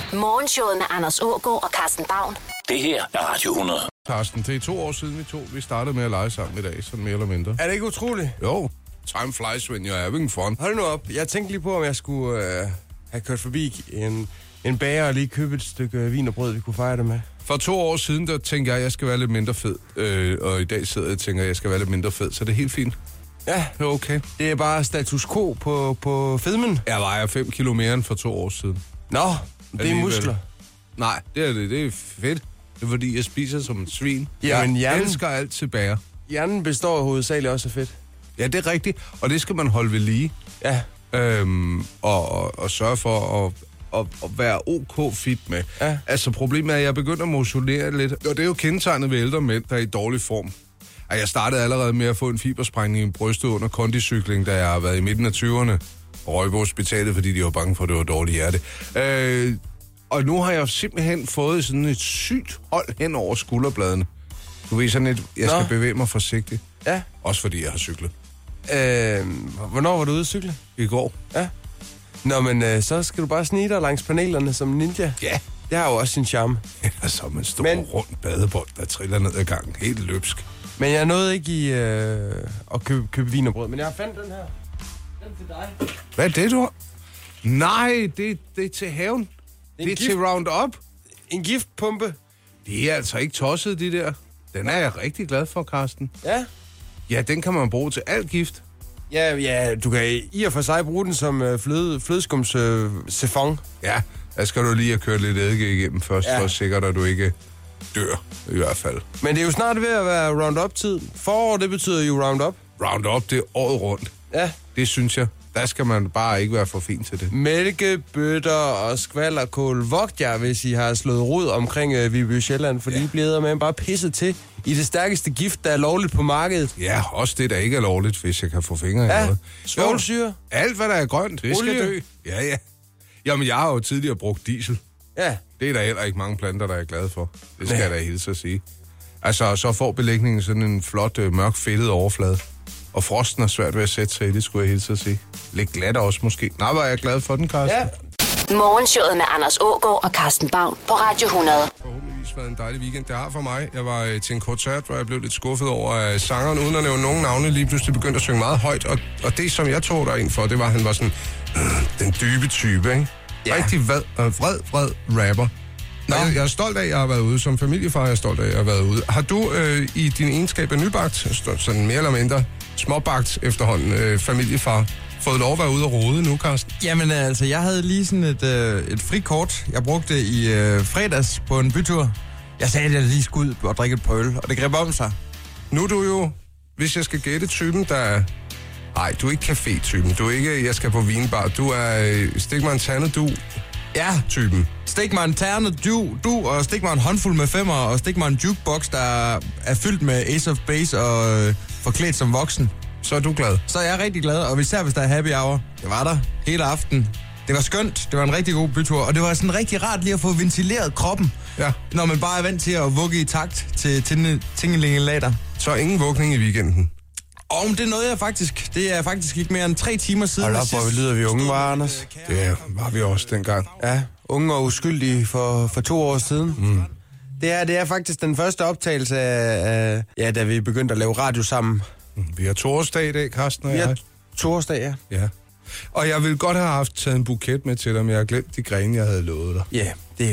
Morgenshowet med Anders Aagaard og Carsten Baum. Det her er Radio 100. Carsten, det er 2 år siden vi startede med at lege sammen i dag, sådan mere eller mindre. Er det ikke utroligt? Jo, time flies when you're having fun. Hold nu op. Jeg tænkte lige på, om jeg skulle have kørt forbi en bager og lige købe et stykke vin og brød, vi kunne fejre det med. For 2 år siden, der tænkte jeg skal være lidt mindre fed. Og i dag sidder jeg og tænker, jeg skal være lidt mindre fed, så det er helt fint. Ja, det er okay. Det er bare status quo på fedmen. Jeg vejer 5 kilo mere end for 2 år siden. Nå, det er muskler. Nej, det er det. Det er fedt. Det er fordi, jeg spiser som et svin. Jamen, jeg elsker alt til bager. Hjernen består hovedsageligt også af fedt. Ja, det er rigtigt. Og det skal man holde ved lige. Ja. Og sørge for at være ok fit med. Ja. Altså, problemet er, at jeg begynder at motionere lidt. Og det er jo kendetegnet ved ældre mænd, der er i dårlig form. Og jeg startede allerede med at få en fibersprængning i brystet under kondicykling, da jeg har været i midten af 20'erne. Og røg på hospitalet, fordi de var bange for, at det var dårligt hjerte. Og nu har jeg simpelthen fået sådan et sygt hold hen over skulderbladene. Du ved sådan et, jeg skal bevæge mig forsigtigt. Ja. Også fordi jeg har cyklet. Hvornår var du ude at cykle? I går. Ja. Nå, men så skal du bare snige dig langs panelerne som ninja. Ja. Det har jo også sin charme. Eller som en stor rund badebold, der triller ned ad gangen. Helt løbsk. Men jeg nåede ikke at købe vin og brød. Men jeg har fandt den her. Den til dig. Hvad er det, du har? Nej, det er til haven. Det er til Roundup. En giftpumpe. Det er altså ikke tosset, de der. Den er jeg rigtig glad for, Carsten. Ja. Ja, den kan man bruge til alt gift. Ja, du kan i og for sig bruge den som flødeskumssifon. Ja, der skal du lige have kørt lidt eddike igennem først, for at sikre dig, at du ikke dør, i hvert fald. Men det er jo snart ved at være Roundup-tid. Forår, det betyder jo Roundup. Roundup, det er året rundt. Ja. Det synes jeg. Der skal man bare ikke være for fin til det. Mælkebøtter og skvalderkål. Vogt jer, hvis I har slået rod omkring Viby Sjælland, for de bliver med bare pisset til i det stærkeste gift, der er lovligt på markedet. Ja, også det, der ikke er lovligt, hvis jeg kan få fingre i noget. Svovlsyre. Alt, hvad der er grønt, det skal dø. Ja. Jamen, jeg har jo tidligere brugt diesel. Ja. Det er der heller ikke mange planter, der er glade for. Det skal jeg da hilse at sige. Altså, så får belægningen sådan en flot, mørk, fedtet overflade. Og frosten er svært ved at sætte sig i, det skulle jeg hilse at sige. Lidt glat også måske. Nej, var jeg glad for den, Carsten. Ja. Morgenshowet med Anders Aagaard og Carsten Baum på Radio 100. Forhåbentligvis været en dejlig weekend. Det har for mig. Jeg var til en koncert, hvor jeg blev lidt skuffet over, at sangeren, uden at nævne nogen navne, lige pludselig begyndte at synge meget højt. Og det, som jeg tog derind for, det var, at han var sådan den dybe type, ikke? Ja. Rigtig vred rapper. Jeg er stolt af, at jeg har været ude. Som familiefar er jeg stolt af, at jeg har været ude. Har du i din egenskab af nybagt, sådan mere eller mindre småbagt efterhånden, familiefar, fået lov at være ude og rode nu, Carsten? Jamen altså, jeg havde lige sådan et frikort. Jeg brugte i fredags på en bytur. Jeg sagde, at jeg lige skulle ud og drikke et par øl, og det greb om sig. Nu er du jo, hvis jeg skal gætte typen, der er... Nej, du er ikke café-typen. Du er ikke, jeg skal på vinbar. Du er stik mig en tande, du... Ja, typen. Stik mig en terne, du, og stik mig en håndfuld med femmer, og stik mig en jukebox, der er fyldt med Ace of Base og forklædt som voksen. Så er du glad? Så er jeg rigtig glad, og især hvis der er happy hour. Det var der hele aften. Det var skønt, det var en rigtig god bytur, og det var sådan rigtig rart lige at få ventileret kroppen, når man bare er vant til at vugge i takt til tingelingelater. Så ingen vugning i weekenden? Det er noget jeg faktisk. Det er faktisk ikke mere end 3 timer siden. Hold op, hvor lyder vi unge, var, Anders? Det var vi også dengang. Ja, unge og uskyldige for 2 år siden. Mm. Det er faktisk den første optagelse af da vi begyndte at lave radio sammen. Vi har torsdag i dag, Carsten og jeg. Vi har torsdag, ja. Og jeg ville godt have taget en buket med til dig, men jeg har glemt de grene, jeg havde lovet dig. Ja,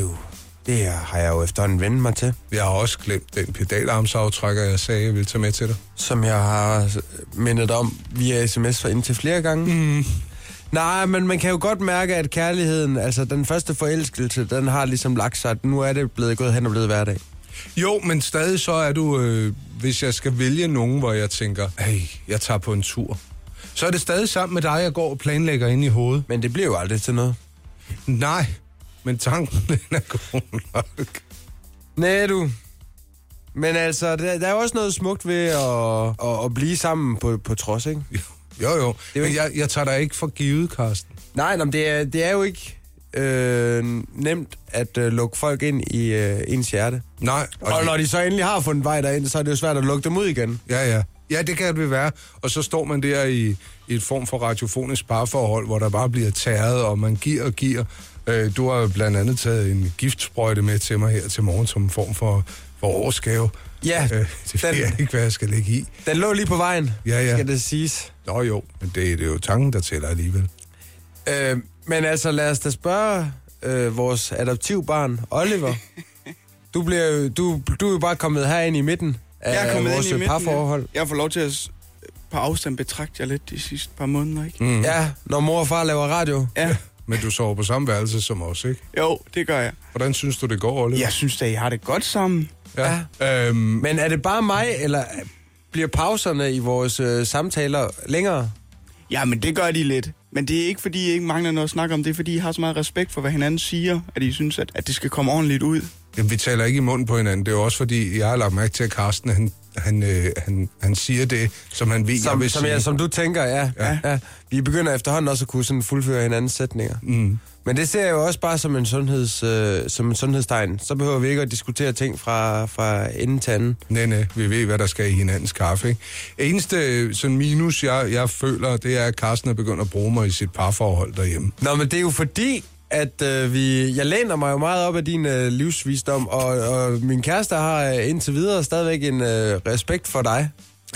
det har jeg jo efterhånden vendt mig til. Jeg har også glemt den pedalarmsaftrækker, jeg sagde, jeg ville tage med til dig. Som jeg har mindet om via sms for indtil flere gange. Mm. Nej, men man kan jo godt mærke, at kærligheden, altså den første forelskelse, den har ligesom lagt sig. Nu er det gået hen og blevet hverdag. Jo, men stadig så er du, hvis jeg skal vælge nogen, hvor jeg tænker, hey, jeg tager på en tur, så er det stadig sammen med dig, jeg går og planlægger ind i hovedet. Men det bliver jo aldrig til noget. Nej, men tanken den er god nok. Nej, du. Men altså, der er også noget smukt ved at blive sammen på trods, ikke? Jo. Men jeg tager dig ikke for givet, Carsten. Nej, det er jo ikke nemt at lukke folk ind i ens hjerte. Nej. Og når de så endelig har fundet vej derind, så er det jo svært at lukke dem ud igen. Ja. Ja, det kan det være. Og så står man der i et form for radiofonisk parforhold, hvor der bare bliver tæret, og man giver. Du har blandt andet taget en giftsprøjte med til mig her til morgen som en form for årsgave. Ja, det ved jeg ikke, hvad jeg skal lægge i. Den lå lige på vejen, skal det siges. Nå jo, men det er jo tanken, der tæller alligevel. Men altså, lad os da spørge vores adoptivbarn, Oliver. Du er jo bare kommet herind i midten af vores parforhold. Jeg får lov til at på afstand betragte jer lidt de sidste par måneder, ikke? Mm. Ja, når mor og far laver radio. Ja. Men du sover på samme værelse som os, ikke? Jo, det gør jeg. Hvordan synes du, det går, Oliver? Jeg synes da, I har det godt sammen. Ja. Men er det bare mig, eller bliver pauserne i vores samtaler længere? Ja, men det gør de lidt. Men det er ikke, fordi I ikke mangler noget at snakke om. Det er, fordi I har så meget respekt for, hvad hinanden siger, at I synes, at det skal komme ordentligt ud. Jamen, vi taler ikke i munden på hinanden. Det er jo også, fordi jeg har lagt mærke til, at Carsten, han siger det, som han ved, som du tænker, ja. Vi begynder efterhånden også at kunne sådan fuldføre hinandens sætninger. Mm. Men det ser jeg jo også bare som en sundhedstegn. Så behøver vi ikke at diskutere ting fra ende til anden. Nej, vi ved, hvad der skal i hinandens kaffe, ikke? Eneste sådan minus, jeg føler, det er, at Carsten er begyndt at bruge mig i sit parforhold derhjemme. Nå, men det er jo fordi, at jeg læner mig jo meget op af din livsvisdom, og min kæreste har indtil videre stadigvæk en respekt for dig,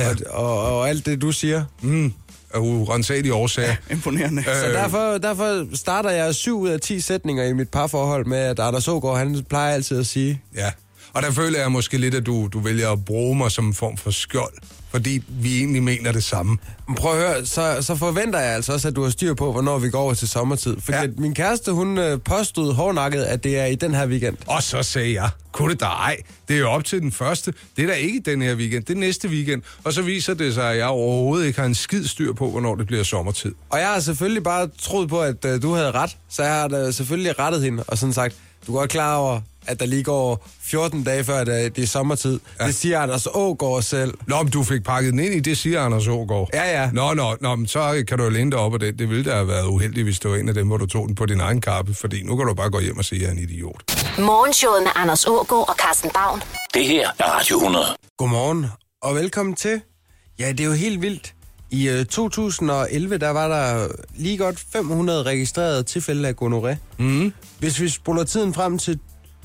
og alt det, du siger. Af urensagelige årsager. Ja, imponerende. Så derfor starter jeg 7 ud af 10 sætninger i mit parforhold med, at Anders Aagaard, han plejer altid at sige. Ja, og der føler jeg måske lidt, at du vælger at bruge mig som en form for skjold, fordi vi egentlig mener det samme. Men prøv at høre, så forventer jeg altså også, at du har styr på, hvornår vi går over til sommertid. Fordi at min kæreste, hun påstod hårdnakket, at det er i den her weekend. Og så sagde jeg, kunne det da ej, det er jo op til den første. Det er da ikke den her weekend, det er næste weekend. Og så viser det sig, at jeg overhovedet ikke har en skid styr på, hvornår det bliver sommertid. Og jeg har selvfølgelig bare troet på, at du havde ret, så jeg har da selvfølgelig rettet hende og sådan sagt, du er godt klar over, at der lige går 14 dage før, det er sommertid. Ja. Det siger Anders Aagaard selv. Nå, men du fik pakket den ind i, det siger Anders Aagaard. Ja. Nå, men så kan du jo læne dig op af det. Det ville da have været uheldigt, hvis du var en af dem, hvor du tog den på din egen kappe, fordi nu kan du bare gå hjem og sige, at jeg er en idiot. Morgenshowet med Anders Aagaard og Carsten Baum. Det her er Radio 100. Godmorgen, og velkommen til. Ja, det er jo helt vildt. I 2011, der var der lige godt 500 registrerede tilfælde af gonorré. Mm. Hvis vi spoler tiden frem til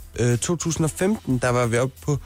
2015, der var vi oppe på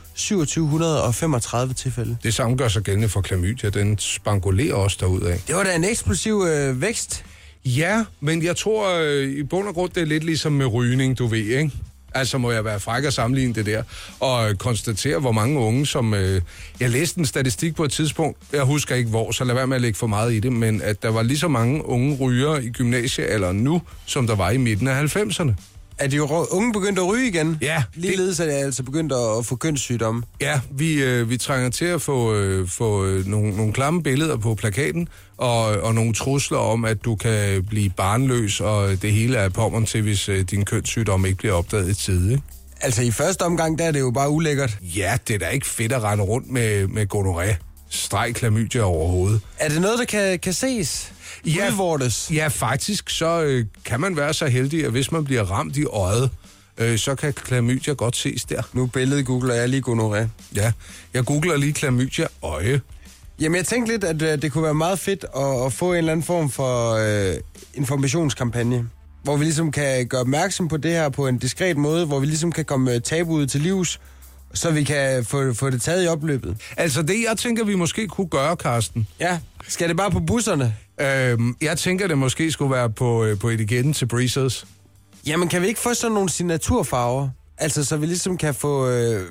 2735 tilfælde. Det samme gør sig gældende for klamydia. Den spangulerer også derudad. Det var da en eksplosiv vækst. Ja, men jeg tror i bund og grund, det er lidt ligesom med rygning, du ved, ikke? Altså må jeg være fræk og sammenligne det der, og konstatere, hvor mange unge, som... jeg læste en statistik på et tidspunkt, jeg husker ikke hvor, så lad være med at lægge for meget i det, men at der var lige så mange unge rygere i gymnasiealderen nu, som der var i midten af 90'erne. Er de unge begyndt at ryge igen? Ja. Ligeledes er det altså begyndt at få kønssygdomme. Ja, vi trænger til at få nogle klamme billeder på plakaten, og nogle trusler om, at du kan blive barnløs, og det hele er pommeren til, hvis din kønssygdom ikke bliver opdaget i tide, ikke? Altså i første omgang, der er det jo bare ulækkert. Ja, det er da ikke fedt at rende rundt med gonorrhea. Streg klamydia overhovedet. Er det noget, der kan ses? Ja, udvortes? Ja, faktisk så kan man være så heldig, at hvis man bliver ramt i øjet, så kan klamydia godt ses der. Nu billedgoogler jeg lige gonorrhea. Ja, jeg googler lige klamydia øje. Jamen, jeg tænkte lidt, at det kunne være meget fedt at få en eller anden form for informationskampagne, hvor vi ligesom kan gøre opmærksom på det her på en diskret måde, hvor vi ligesom kan komme tabuet til livs, så vi kan få det taget i opløbet. Altså det, jeg tænker, vi måske kunne gøre, Carsten. Ja, skal det bare på busserne? Jeg tænker, det måske skulle være på etiketten til Breezers. Jamen, kan vi ikke få sådan nogle signaturfarver? Altså, så vi ligesom kan få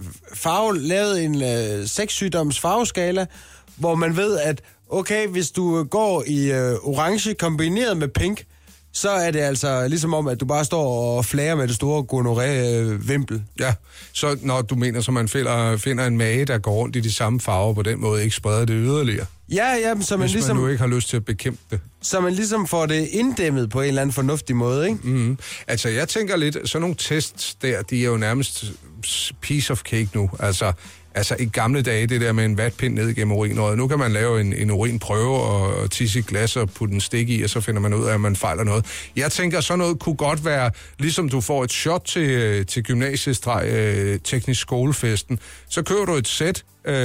lavet en sexsygdoms farveskala, hvor man ved, at okay, hvis du går i orange kombineret med pink, så er det altså ligesom om, at du bare står og flager med det store gonorrhea-vimpel. Ja, så når du mener, så man finder en mage, der går rundt i de samme farver, på den måde ikke spreder det yderligere. Ja, så man hvis ligesom... man nu ikke har lyst til at bekæmpe det. Så man ligesom får det inddæmmet på en eller anden fornuftig måde, ikke? Mm-hmm. Altså, jeg tænker lidt, sådan nogle tests der, de er jo nærmest piece of cake nu. Altså i gamle dage, det der med en vatpind ned gennem urinrøret. Nu kan man lave en urinprøve og tisse i glas og putte en stik i, og så finder man ud af, at man fejler noget. Jeg tænker, sådan noget kunne godt være, ligesom du får et shot til gymnasiestreg teknisk skolefesten. Så køber du et sæt,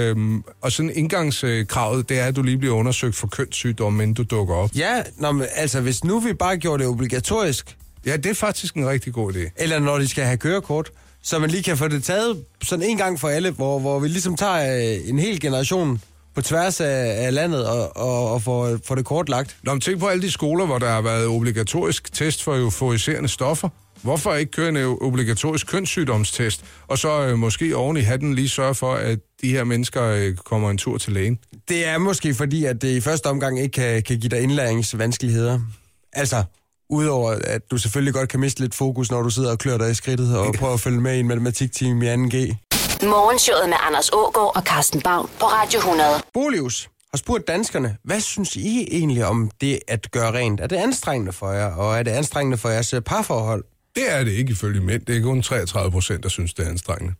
og sådan indgangskravet, det er, at du lige bliver undersøgt for kønssygdomme, inden du dukker op. Ja, men altså hvis nu vi bare gjorde det obligatorisk, Ja, det er faktisk en rigtig god idé. Eller når de skal have kørekort, så man lige kan få det taget sådan en gang for alle, hvor vi ligesom tager en hel generation på tværs af landet og får det kortlagt. Nå, men tænk på alle de skoler, hvor der har været obligatorisk test for euforiserende stoffer. Hvorfor ikke køre en obligatorisk kønssygdomstest, og så måske oven i hatten lige sørge for, at de her mennesker kommer en tur til lægen? Det er måske fordi, at det i første omgang ikke kan give dig indlæringsvanskeligheder. Altså, udover at du selvfølgelig godt kan miste lidt fokus, når du sidder og klør dig i skridtet og prøver at følge med i en matematikteam i 2G. Morgenshowet med Anders Aagaard og Carsten Baum på Radio 100. Bolius har spurgt danskerne, hvad synes I egentlig om det at gøre rent? Er det anstrengende for jer, og er det anstrengende for jeres parforhold? Det er det ikke ifølge mænd. Det er kun 33%, der synes, det er anstrengende.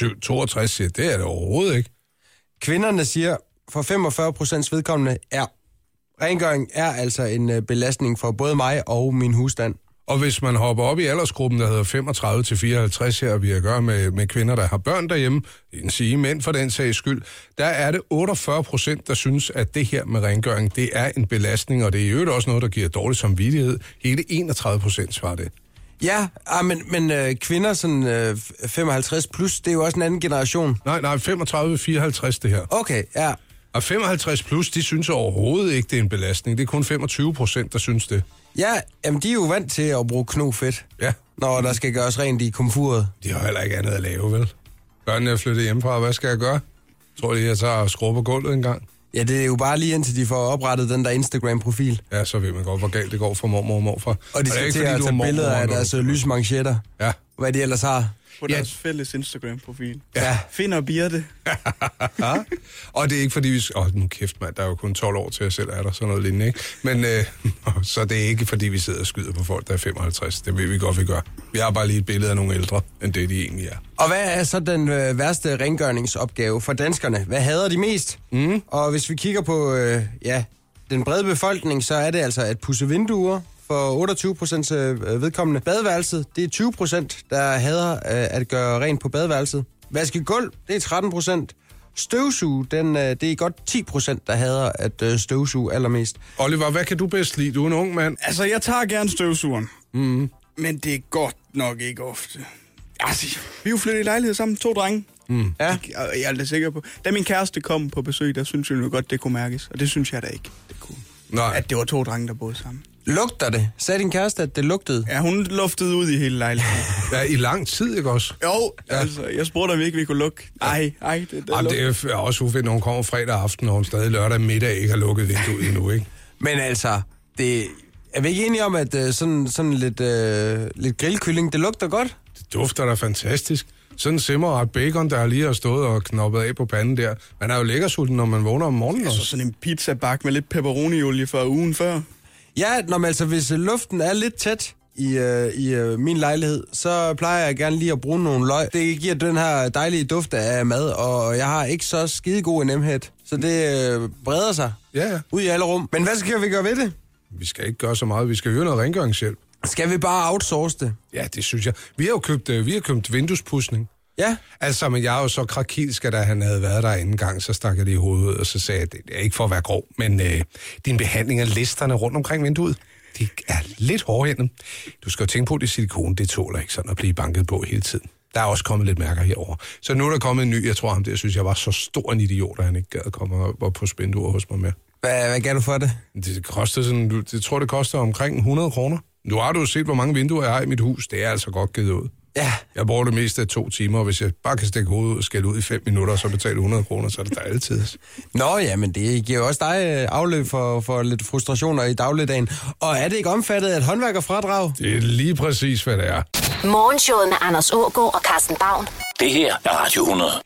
62 siger, det er det overhovedet ikke. Kvinderne siger, for 45% vedkommende rengøring er altså en belastning for både mig og min husstand. Og hvis man hopper op i aldersgruppen, der hedder 35 til 54 her, vi har at gøre med kvinder, der har børn derhjemme, det sige mænd for den sags skyld, der er det 48%, der synes, at det her med rengøring, det er en belastning, og det er i øvrigt også noget, der giver dårlig samvittighed. Hele 31% svarer det. Ja, men kvinder sådan 55 plus, det er jo også en anden generation. Nej, 35-54 det her. Okay, ja. Og 55 plus, de synes overhovedet ikke, det er en belastning. Det er kun 25%, der synes det. Ja, jamen de er jo vant til at bruge knofedt, ja, når der skal gøres rent i komfuret. De har heller ikke andet at lave, vel? Børnene er flyttet hjemmefra, hvad skal jeg gøre? Tror de, jeg tager og skruer på gulvet en gang? Ja, det er jo bare lige indtil de får oprettet den der Instagram-profil. Ja, så ved man godt, hvor galt det går for mormor og morfar. Og de skal til at tage billeder af deres lysmanchetter. Ja. Hvad de ellers har. På deres fælles Instagram-profil. Ja. Find og Birte. Ja. Og det er ikke fordi vi... nu kæft mand, der er jo kun 12 år til at selv er der sådan noget lignende, ikke? Men så det er ikke fordi vi sidder og skyder på folk, der er 55. Det ved vi godt, vi gør. Vi har bare lige et billede af nogle ældre, end det de egentlig er. Og hvad er så den værste rengøringsopgave for danskerne? Hvad hader de mest? Og hvis vi kigger på den brede befolkning, så er det altså at pudse vinduer. For 28% vedkommende. Badeværelset, det er 20%, der hader at gøre rent på badeværelset. Vaske gulv, det er 13%. Støvsuge, det er godt 10%, der hader at støvsuge allermest. Oliver, hvad kan du bedst lide? Du er en ung mand. Altså, jeg tager gerne støvsugeren. Men det er godt nok ikke ofte. Altså, vi er jo flyttet i lejlighed sammen, 2 drenge. Ja. Jeg er da sikker på. Da min kæreste kom på besøg, der synes jeg jo godt, det kunne mærkes. Og det synes jeg da ikke, det kunne. Nej. At det var 2 drenge, der boede sammen. Lugter det? Sagde din kæreste, at det lugtede? Ja, hun luftede ud i hele lejligheden. Ja, i lang tid, ikke også? Jo, altså, jeg spurgte, om vi ikke vi kunne lukke. Ej, det er også ufedt, når hun kommer fredag aften, og hun stadig lørdag middag ikke har lukket vinduet endnu, ikke? Men altså, det er vi ikke enige om, at sådan lidt grillkylling, det lugter godt? Det dufter da fantastisk. Sådan en simmerret bacon, der lige har stået og knoppet af på panden der. Man er jo lækkersulten, når man vågner om morgenen også. Altså sådan en pizzabak med lidt pepperoni-olie fra ugen før. Ja, altså hvis luften er lidt tæt i min lejlighed, så plejer jeg gerne lige at bruge nogle løg. Det giver den her dejlige duft af mad, og jeg har ikke så skidegod en M-head. Så det breder sig ud i alle rum. Men hvad skal vi gøre ved det? Vi skal ikke gøre så meget. Vi skal høre noget rengøringshjælp. Skal vi bare outsource det? Ja, det synes jeg. Vi har jo købt vinduespudsning. Ja. Altså, men jeg er jo så krakilsk, at da han havde været der anden gang, så stak jeg det i hovedet, og så sagde jeg, det er ikke for at være grov, men din behandling af listerne rundt omkring vinduet, det er lidt hårdhændet. Du skal jo tænke på, at det silikone, det tåler ikke sådan at blive banket på hele tiden. Der er også kommet lidt mærker herover. Så nu er der kommet en ny, jeg tror ham det, jeg synes, jeg var så stor en idiot, at han ikke gad at komme op på spænduer hos mig med. Hvad gav du for det? Det koster sådan, jeg tror, det koster omkring 100 kroner. Nu har du set, hvor mange vinduer jeg har i mit hus. Det er altså godt givet ud. Ja. Jeg bruger det meste af 2 timer, og hvis jeg bare kan stikke hovedet ud og skælde ud i 5 minutter, så betaler 100 kroner, så er det der altid. Nå ja, men det giver også dig afløb for lidt frustrationer i dagligdagen. Og er det ikke omfattet af et håndværkerfradrag? Det er lige præcis, hvad det er. Morgenshowet med Anders Aagaard og Carsten Baum. Det her er Radio 100.